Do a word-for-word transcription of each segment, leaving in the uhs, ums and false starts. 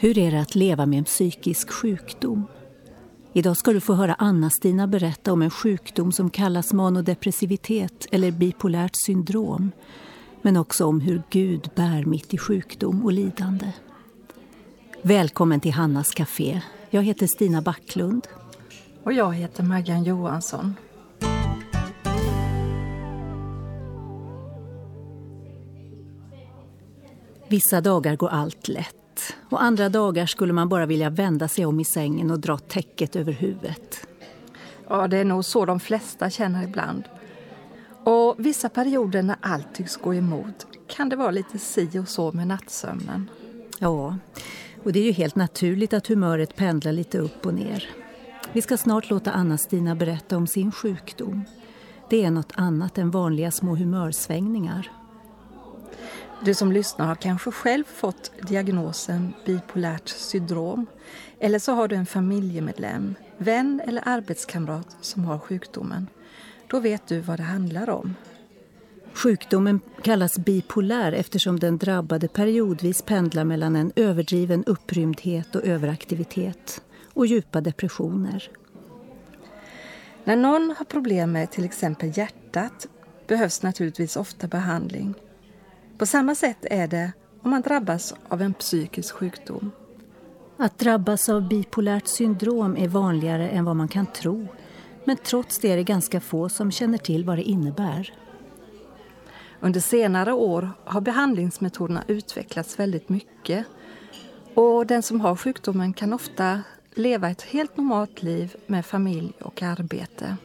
Hur är det att leva med en psykisk sjukdom? Idag ska du få höra Anna-Stina berätta om en sjukdom som kallas manodepressivitet eller bipolärt syndrom. Men också om hur Gud bär mitt i sjukdom och lidande. Välkommen till Hannas Café. Jag heter Stina Backlund. Och jag heter Maggan Johansson. Vissa dagar går allt lätt. Och andra dagar skulle man bara vilja vända sig om i sängen och dra täcket över huvudet. Ja, det är nog så de flesta känner ibland. Och vissa perioder när allt tycks gå emot kan det vara lite si och så med nattsömnen. Ja, och det är ju helt naturligt att humöret pendlar lite upp och ner. Vi ska snart låta Anna-Stina berätta om sin sjukdom. Det är något annat än vanliga små humörsvängningar. Du som lyssnar har kanske själv fått diagnosen bipolärt syndrom. Eller så har du en familjemedlem, vän eller arbetskamrat som har sjukdomen. Då vet du vad det handlar om. Sjukdomen kallas bipolär eftersom den drabbade periodvis pendlar mellan en överdriven upprymdhet och överaktivitet och djupa depressioner. När någon har problem med till exempel hjärtat behövs naturligtvis ofta behandling. På samma sätt är det om man drabbas av en psykisk sjukdom. Att drabbas av bipolärt syndrom är vanligare än vad man kan tro. Men trots det är det ganska få som känner till vad det innebär. Under senare år har behandlingsmetoderna utvecklats väldigt mycket. Och den som har sjukdomen kan ofta leva ett helt normalt liv med familj och arbete.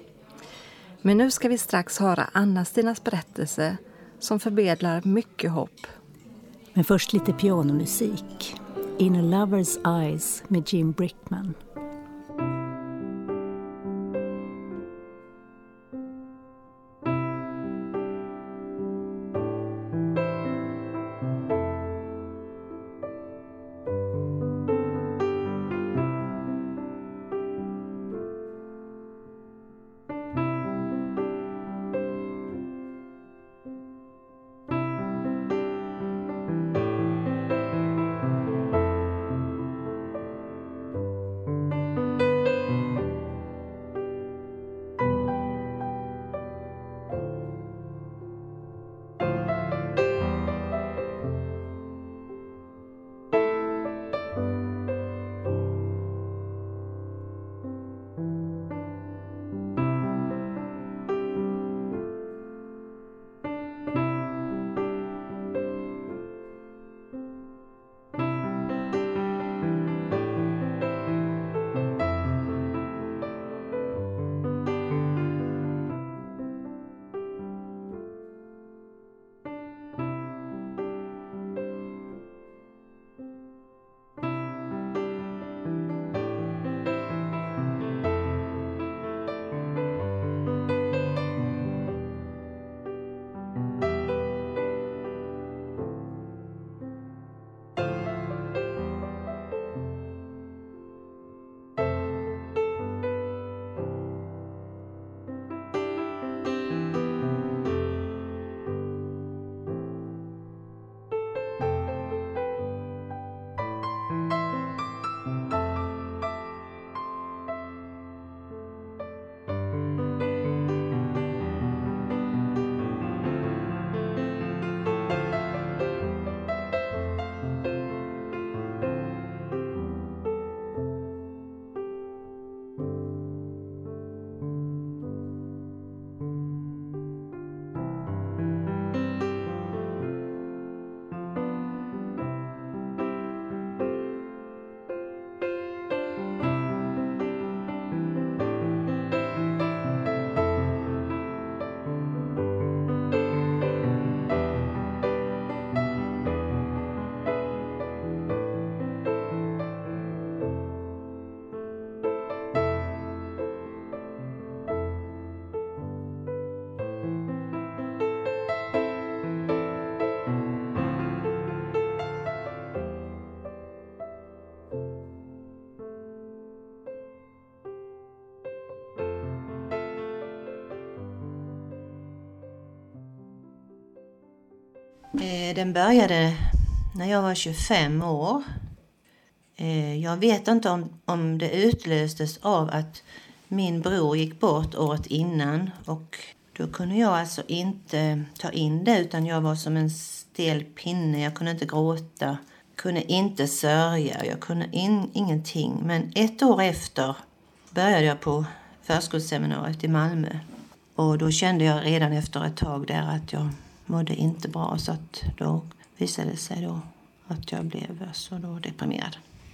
Men nu ska vi strax höra Anna-Stinas berättelse som förmedlar mycket hopp. Men först lite pianomusik. In a Lover's Eyes med Jim Brickman. Den började när jag var tjugofem år. Jag vet inte om, om det utlöstes av att min bror gick bort året innan. Och då kunde jag alltså inte ta in det, utan jag var som en stel pinne. Jag kunde inte gråta, kunde inte sörja, jag kunde in, ingenting. Men ett år efter började jag på förskoleseminariet i Malmö. Och då kände jag redan efter ett tag där att jag mådde inte bra. Så att då visade det sig då att jag blev så då deprimerad.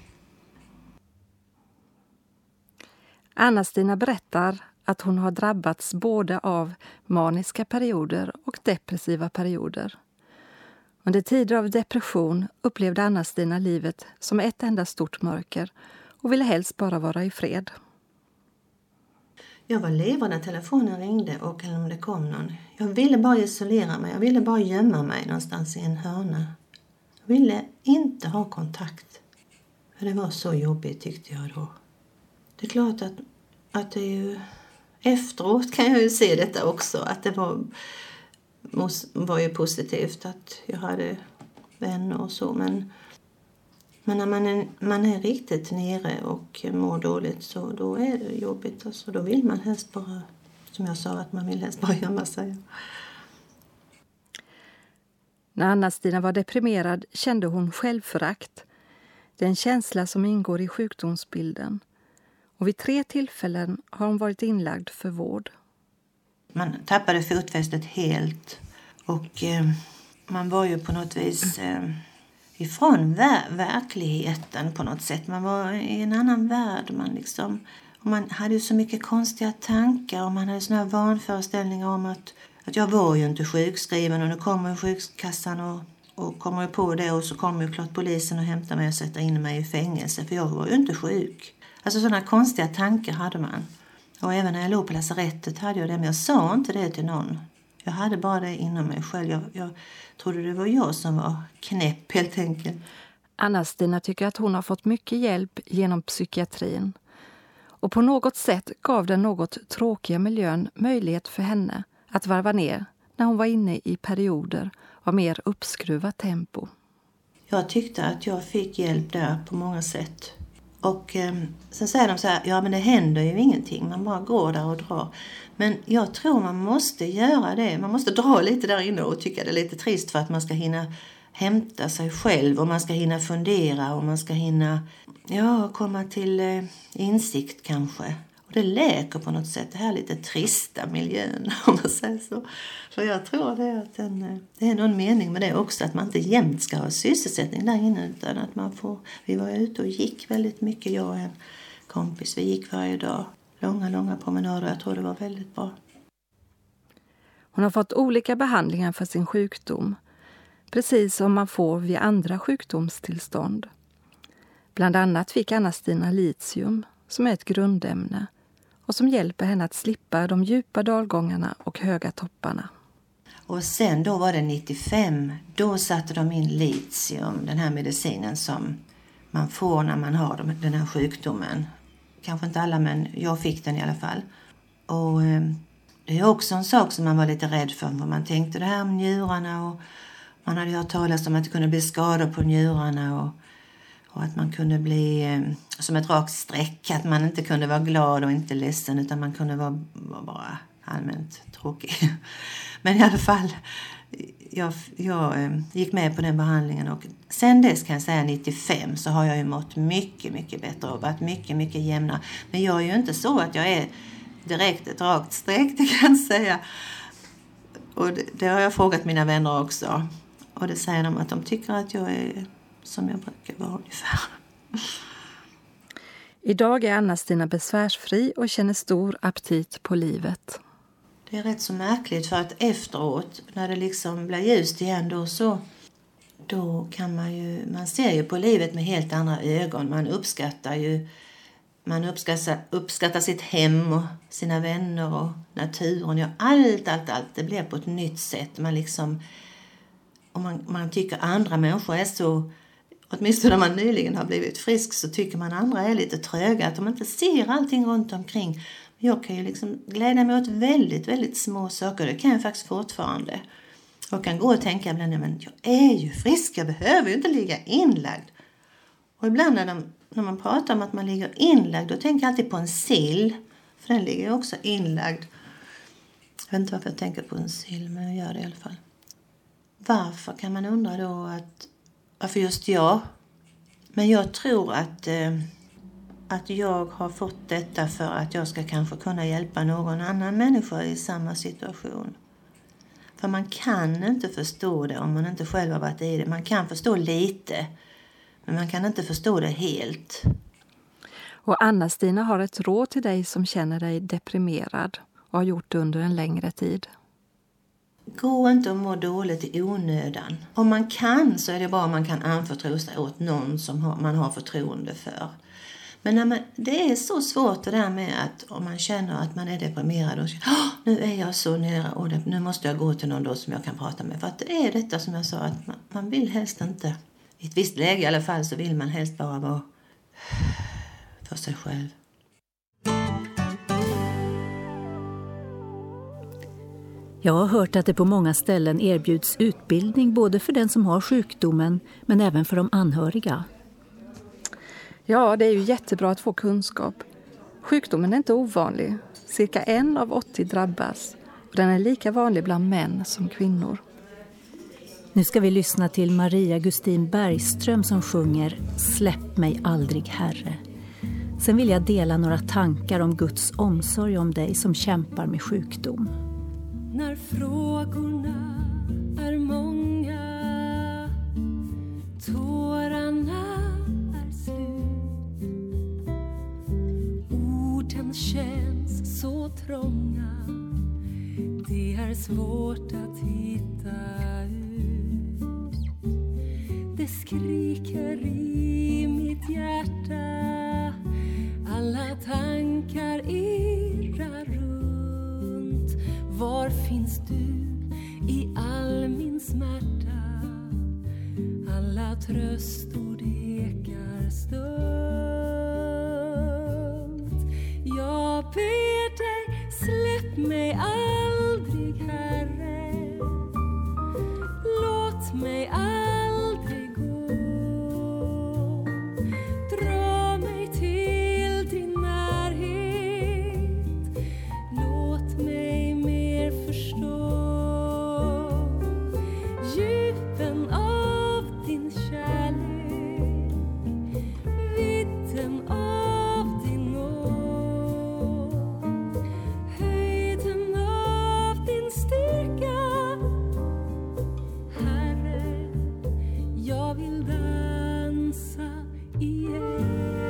Anna-Stina berättar att hon har drabbats både av maniska perioder och depressiva perioder. Under tider av depression upplevde Anna-Stina livet som ett enda stort mörker och ville helst bara vara i fred. Jag var livrädd när telefonen ringde och eller om det kom någon. Jag ville bara isolera mig. Jag ville bara gömma mig någonstans i en hörna. Jag ville inte ha kontakt. För det var så jobbigt, tyckte jag då. Det är klart att, att det är ju... Efteråt kan jag ju se detta också. Att det var, var ju positivt att jag hade vänner och så. Men, men när man är, man är riktigt nere och mår dåligt, så då är det jobbigt. Alltså, då vill man helst bara, som jag sa, att man vill helst bara gömma sig. När Anna-Stina var deprimerad kände hon självförakt. Det är en känsla som ingår i sjukdomsbilden. Och vid tre tillfällen har hon varit inlagd för vård. Man tappade fotfästet helt. Och eh, man var ju på något vis eh, ifrån ver- verkligheten på något sätt. Man var i en annan värld. Man, liksom, och man hade ju så mycket konstiga tankar. Och man hade såna här vanföreställningar om att, att jag var ju inte sjukskriven. Och nu kommer sjukkassan och, och kommer på det. Och så kommer ju klart polisen och hämtar mig och sätter in mig i fängelse. För jag var ju inte sjuk. Alltså sådana konstiga tankar hade man. Och även när jag låg på lasarettet hade jag det. Men jag sa inte det till någon. Jag hade bara det inom mig själv. Jag, jag trodde det var jag som var knäpp helt enkelt. Anna-Stina tycker att hon har fått mycket hjälp genom psykiatrin. Och på något sätt gav den något tråkiga miljön möjlighet för henne att varva ner när hon var inne i perioder av mer uppskruvat tempo. Jag tyckte att jag fick hjälp där på många sätt. Och eh, sen säger de så här, ja men det händer ju ingenting, man bara går där och drar. Men jag tror man måste göra det, man måste dra lite där inne och tycka det är lite trist för att man ska hinna hämta sig själv och man ska hinna fundera och man ska hinna ja, komma till eh, insikt kanske. Och det läker på något sätt det här lite trista miljön om man säger så. För jag tror det, att den, det är någon mening med det också, att man inte jämt ska ha sysselsättning där inne utan att man får, vi var ute och gick väldigt mycket, jag och en kompis, vi gick varje dag. Långa, långa promenader, jag tror det var väldigt bra. Hon har fått olika behandlingar för sin sjukdom, precis som man får vid andra sjukdomstillstånd. Bland annat fick Anna-Stina litium, som är ett grundämne och som hjälper henne att slippa de djupa dalgångarna och höga topparna. Och sen då var det nittiofem, då satte de in litium, den här medicinen som man får när man har den här sjukdomen. Kanske inte alla, men jag fick den i alla fall. Och eh, det är också en sak som man var lite rädd för, för man tänkte det här med njurarna och man hade hört talas om att det kunde bli skador på njurarna och Och att man kunde bli eh, som ett rakt streck. Att man inte kunde vara glad och inte ledsen. Utan man kunde vara, vara bara allmänt tråkig. Men i alla fall. Jag, jag eh, gick med på den behandlingen. Och sen dess kan jag säga nittiofem. Så har jag ju mått mycket, mycket bättre. Och varit mycket, mycket jämnare. Men jag är ju inte så att jag är direkt ett rakt streck. Det kan jag säga. Och det, det har jag frågat mina vänner också. Och det säger de att de tycker att jag är... som jag brukar vara ungefär. Idag är Anna-Stina besvärsfri och känner stor aptit på livet. Det är rätt så märkligt för att efteråt, när det liksom blir ljust igen då så, då kan man ju, man ser ju på livet med helt andra ögon. Man uppskattar ju, man uppskattar, uppskattar sitt hem och sina vänner och naturen. Ja, allt, allt, allt. Det blir på ett nytt sätt. Man liksom, och man, man tycker andra människor är så, åtminstone när man nyligen har blivit frisk så tycker man andra är lite tröga. Att de inte ser allting runt omkring. Jag kan ju liksom glädja mig åt väldigt, väldigt små saker. Det kan jag faktiskt fortfarande. Jag kan gå och tänka ibland, men jag är ju frisk. Jag behöver ju inte ligga inlagd. Och ibland när, de, när man pratar om att man ligger inlagd, då tänker jag alltid på en sill. För den ligger ju också inlagd. Jag vet inte varför jag tänker på en sill, men jag gör det i alla fall. Varför kan man undra då att... Varför just jag? Men jag tror att, eh, att jag har fått detta för att jag ska kanske kunna hjälpa någon annan människa i samma situation. För man kan inte förstå det om man inte själv har varit i det. Man kan förstå lite, men man kan inte förstå det helt. Och Anna-Stina har ett råd till dig som känner dig deprimerad och har gjort det under en längre tid. Gå inte och må dåligt i onödan. Om man kan så är det bara om man kan anförtro sig åt någon som man har förtroende för. Men när man, det är så svårt det där med att om man känner att man är deprimerad och oh, nu är jag så nära och det, nu måste jag gå till någon då som jag kan prata med. För att det är detta som jag sa att man, man vill helst inte, i ett visst läge i alla fall så vill man helst bara vara för sig själv. Jag har hört att det på många ställen erbjuds utbildning både för den som har sjukdomen men även för de anhöriga. Ja, det är ju jättebra att få kunskap. Sjukdomen är inte ovanlig. Cirka en av åttio drabbas och den är lika vanlig bland män som kvinnor. Nu ska vi lyssna till Maria Gustin Bergström som sjunger Släpp mig aldrig, Herre. Sen vill jag dela några tankar om Guds omsorg om dig som kämpar med sjukdom. När frågorna är många, tårarna är slut, orden känns så trånga, det är svårt att hitta ut. Det skriker i mitt hjärta, alla tankar irrar runt. Var finns du i all min smärta? Alla tröstord ekar stumt. Jag ber dig, släpp mig aldrig, Herre. Låt mig aldrig gå. Dra mig till din närhet. Låt mig mer förstå djupen av din kärlek, vidden av din nåd, höjden av din styrka. Herre, jag vill dansa igen.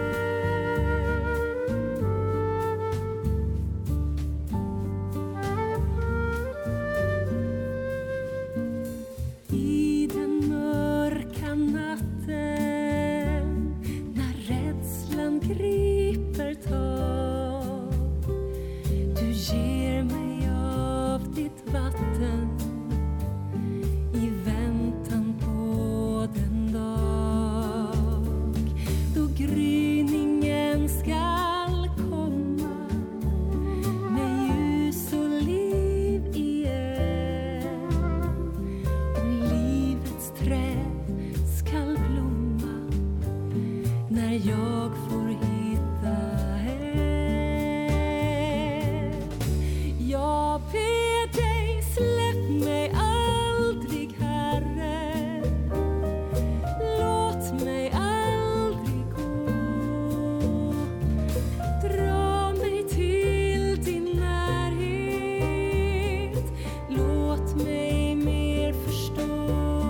I den mörka natten, när rädslan griper tag, du ger mig av ditt vatten i väntan på den dag då gryningen skall komma med ljus och liv igen. Och livets träd skall blomma när jag får hitta hem. Jag ber dig, släpp mig aldrig, Herre. Låt mig aldrig gå. Dra mig till din närhet. Låt mig mer förstå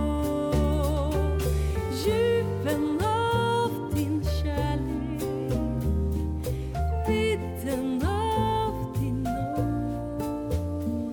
djupen av din kärlek, vidden av din nåd,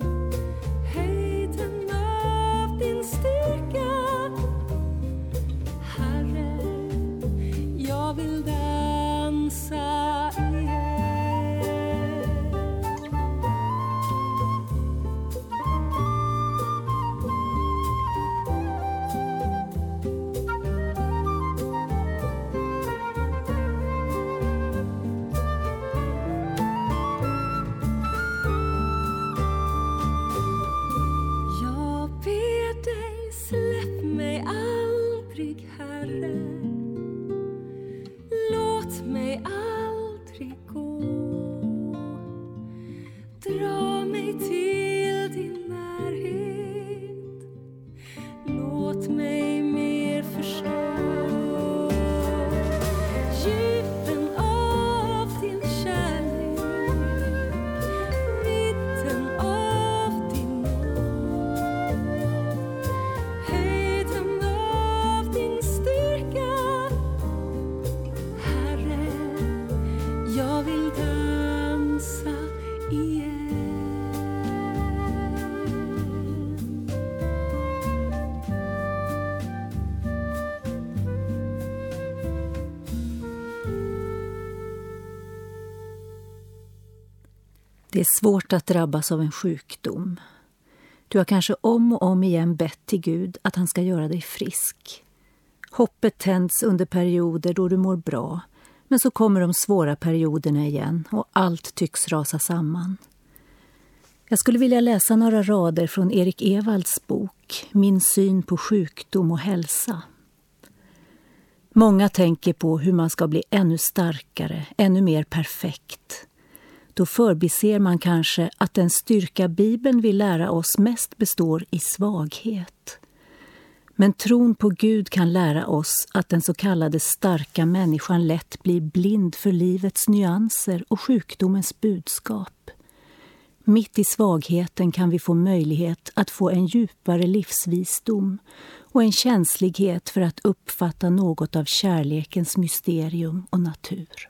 Det är svårt att drabbas av en sjukdom. Du har kanske om och om igen bett till Gud att han ska göra dig frisk. Hoppet tänds under perioder då du mår bra, men så kommer de svåra perioderna igen och allt tycks rasa samman. Jag skulle vilja läsa några rader från Erik Evalds bok Min syn på sjukdom och hälsa. Många tänker på hur man ska bli ännu starkare, ännu mer perfekt. Då förbiser man kanske att den styrka Bibeln vill lära oss mest består i svaghet. Men tron på Gud kan lära oss att den så kallade starka människan lätt blir blind för livets nyanser och sjukdomens budskap. Mitt i svagheten kan vi få möjlighet att få en djupare livsvisdom och en känslighet för att uppfatta något av kärlekens mysterium och natur.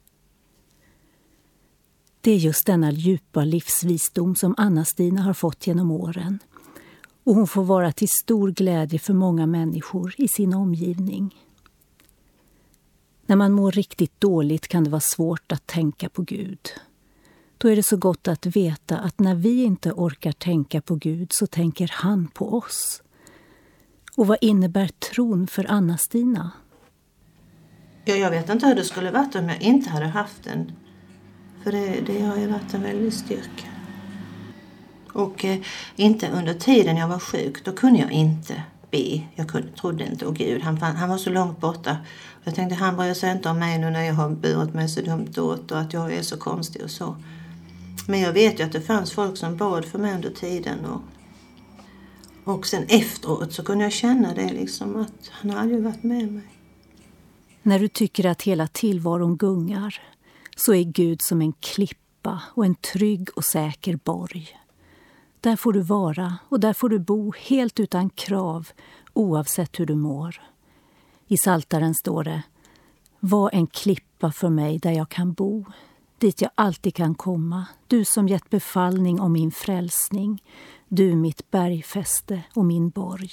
Det är just denna djupa livsvisdom som Anna-Stina har fått genom åren. Och hon får vara till stor glädje för många människor i sin omgivning. När man mår riktigt dåligt kan det vara svårt att tänka på Gud. Då är det så gott att veta att när vi inte orkar tänka på Gud så tänker han på oss. Och vad innebär tron för Anna-Stina? Ja, jag vet inte hur det skulle varit om jag inte hade haft den. För det, det har ju varit en väldig styrka. Och eh, inte under tiden jag var sjuk, då kunde jag inte be. Jag kunde, trodde inte, och Gud, han, han var så långt borta. Jag tänkte, han bryr sig inte om mig nu när jag har burit mig så dumt åt och att jag är så konstig och så. Men jag vet ju att det fanns folk som bad för mig under tiden. Och, och sen efteråt så kunde jag känna det liksom, att han hade ju varit med mig. När du tycker att hela tillvaron gungar så är Gud som en klippa och en trygg och säker borg. Där får du vara och där får du bo helt utan krav oavsett hur du mår. I Psaltaren står det: var en klippa för mig där jag kan bo, dit jag alltid kan komma, du som gett befallning om min frälsning, du mitt bergfäste och min borg.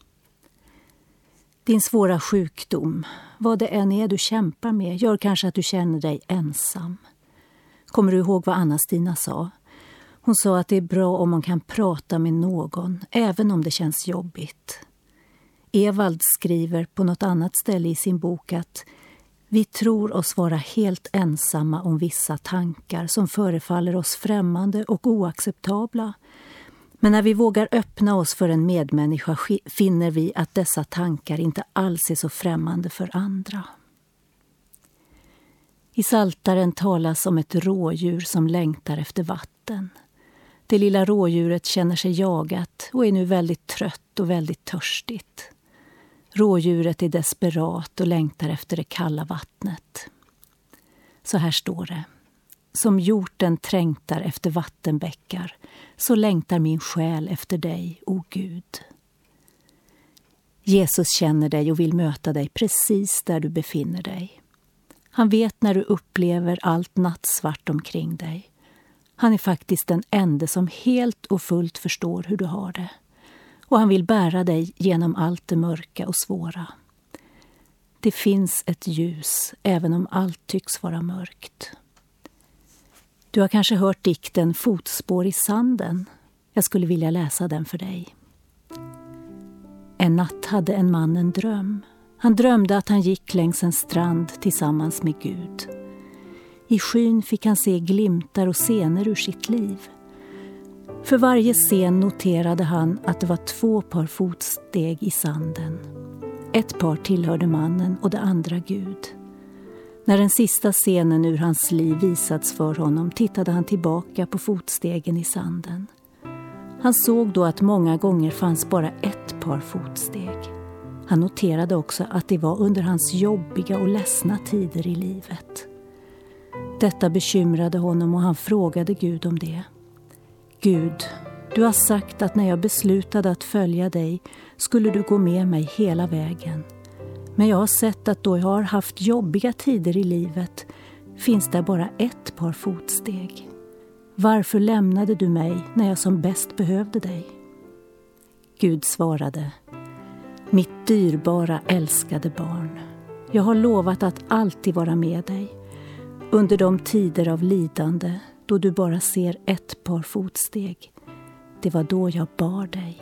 Din svåra sjukdom, vad det än är du kämpar med, gör kanske att du känner dig ensam. Kommer du ihåg vad Anna-Stina sa? Hon sa att det är bra om man kan prata med någon, även om det känns jobbigt. Evald skriver på något annat ställe i sin bok att vi tror oss vara helt ensamma om vissa tankar som förefaller oss främmande och oacceptabla. Men när vi vågar öppna oss för en medmänniska finner vi att dessa tankar inte alls är så främmande för andra. I Psaltaren talas om ett rådjur som längtar efter vatten. Det lilla rådjuret känner sig jagat och är nu väldigt trött och väldigt törstigt. Rådjuret är desperat och längtar efter det kalla vattnet. Så här står det: som hjorten trängtar efter vattenbäckar, så längtar min själ efter dig, o Gud. Jesus känner dig och vill möta dig precis där du befinner dig. Han vet när du upplever allt nattsvart omkring dig. Han är faktiskt den enda som helt och fullt förstår hur du har det. Och han vill bära dig genom allt det mörka och svåra. Det finns ett ljus, även om allt tycks vara mörkt. Du har kanske hört dikten Fotspår i sanden. Jag skulle vilja läsa den för dig. En natt hade en man en dröm. Han drömde att han gick längs en strand tillsammans med Gud. I skyn fick han se glimtar och scener ur sitt liv. För varje scen noterade han att det var två par fotsteg i sanden. Ett par tillhörde mannen och det andra Gud. När den sista scenen ur hans liv visats för honom tittade han tillbaka på fotstegen i sanden. Han såg då att många gånger fanns bara ett par fotsteg. Han noterade också att det var under hans jobbiga och ledsna tider i livet. Detta bekymrade honom och han frågade Gud om det. Gud, du har sagt att när jag beslutade att följa dig skulle du gå med mig hela vägen. Men jag har sett att då jag har haft jobbiga tider i livet finns det bara ett par fotsteg. Varför lämnade du mig när jag som bäst behövde dig? Gud svarade: mitt dyrbara älskade barn, jag har lovat att alltid vara med dig. Under de tider av lidande, då du bara ser ett par fotsteg. Det var då jag bar dig.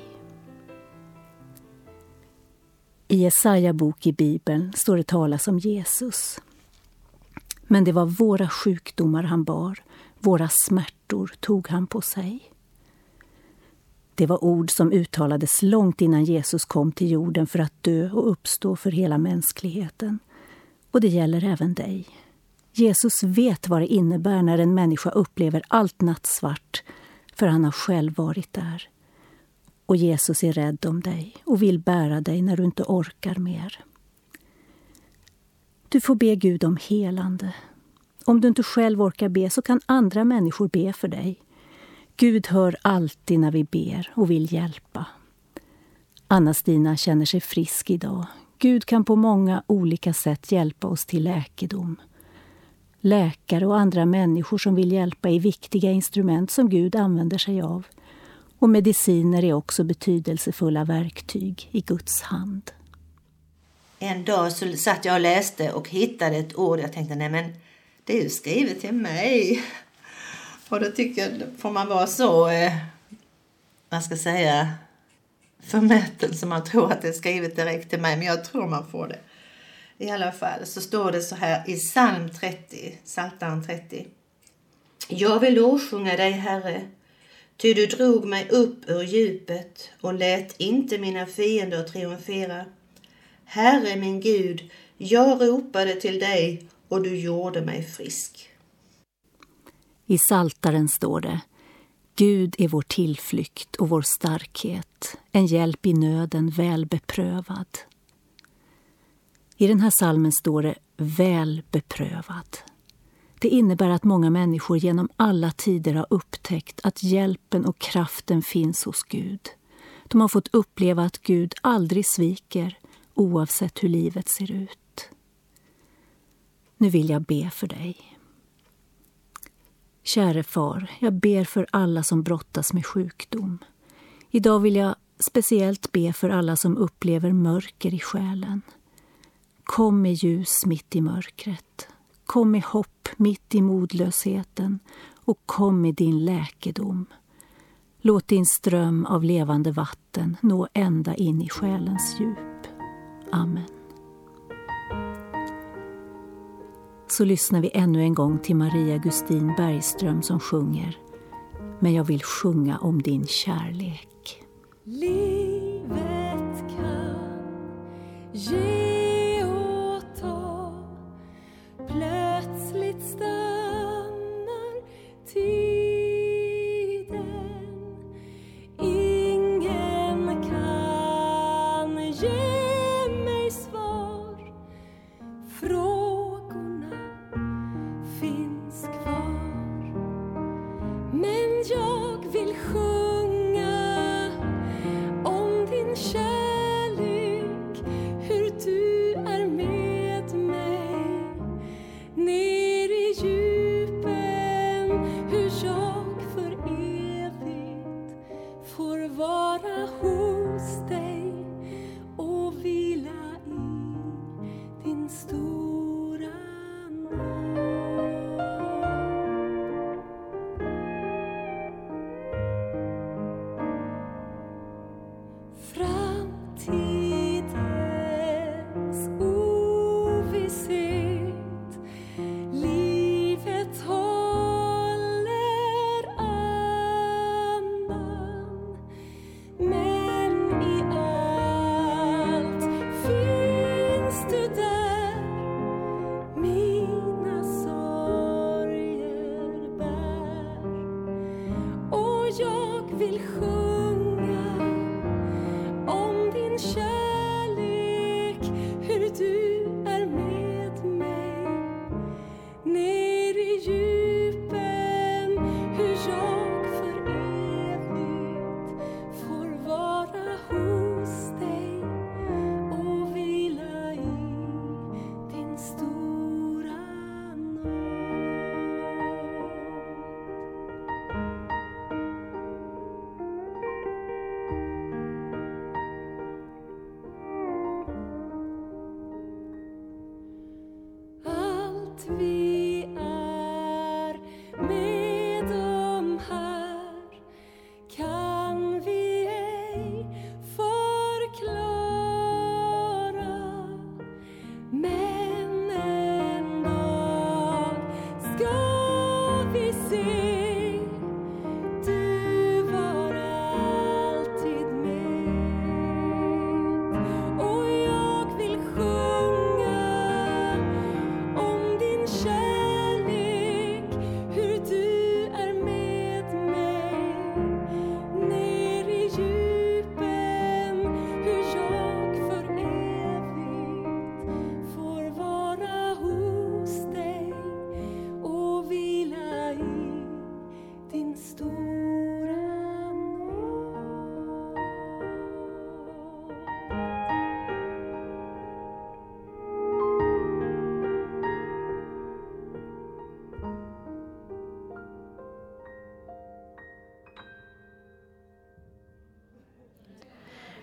I Jesaja bok i Bibeln står det talas om Jesus. Men det var våra sjukdomar han bar, våra smärtor tog han på sig. Det var ord som uttalades långt innan Jesus kom till jorden för att dö och uppstå för hela mänskligheten. Och det gäller även dig. Jesus vet vad det innebär när en människa upplever allt nattsvart, för han har själv varit där. Och Jesus är rädd om dig och vill bära dig när du inte orkar mer. Du får be Gud om helande. Om du inte själv orkar be så kan andra människor be för dig. Gud hör alltid när vi ber och vill hjälpa. Anna-Stina känner sig frisk idag. Gud kan på många olika sätt hjälpa oss till läkedom. Läkare och andra människor som vill hjälpa är viktiga instrument som Gud använder sig av. Och mediciner är också betydelsefulla verktyg i Guds hand. En dag så satt jag och läste och hittade ett ord. Jag tänkte, nej men det är ju skrivet till mig. Och då tycker jag, får man vara så, eh, vad ska jag säga, förmäten som man tror att det är skrivet direkt till mig. Men jag tror man får det. I alla fall så står det så här i psalm trettio, Psaltaren trettio. Jag vill lovsjunga dig, Herre, ty du drog mig upp ur djupet och lät inte mina fiender triumfera. Herre min Gud, jag ropade till dig och du gjorde mig frisk. I Psaltaren står det: Gud är vår tillflykt och vår starkhet, en hjälp i nöden väl beprövad. I den här psalmen står det väl beprövad. Det innebär att många människor genom alla tider har upptäckt att hjälpen och kraften finns hos Gud. De har fått uppleva att Gud aldrig sviker oavsett hur livet ser ut. Nu vill jag be för dig. Käre far, jag ber för alla som brottas med sjukdom. Idag vill jag speciellt be för alla som upplever mörker i själen. Kom med ljus mitt i mörkret. Kom med hopp mitt i modlösheten och kom med din läkedom. Låt din ström av levande vatten nå ända in i själens djup. Amen. Så lyssnar vi ännu en gång till Maria Gustin Bergström som sjunger Men jag vill sjunga om din kärlek. Livet kan ge och ta, plötsligt stannar tiden. Ingen kan ge mig svar, frågorna finns kvar. Men jag vill sjunga om din kärlek, hur du är med mig ner i djupen, hur jag för evigt får vara hos dig och vila i din stora nåd. Framtidens ovisshet, livet håller andan, men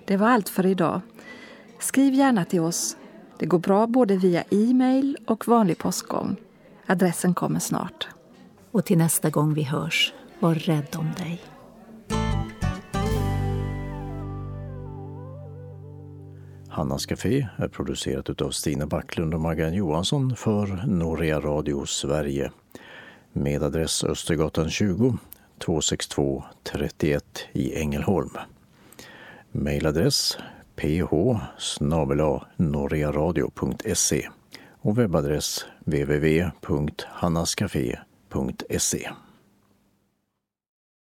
Det var allt för idag. Skriv gärna till oss. Det går bra både via e-mail och vanlig postgång. Adressen kommer snart. Och till nästa gång vi hörs, var rädd om dig. Hannas Café är producerat av Stina Backlund och Maggan Johansson för Norea Radio Sverige. Med adress Östergatan tjugo, tvåhundrasextiotvå trettioett i Ängelholm. Mailadress ph snabel-a norearadio punkt se och webbadress w w w punkt hannascafé punkt se.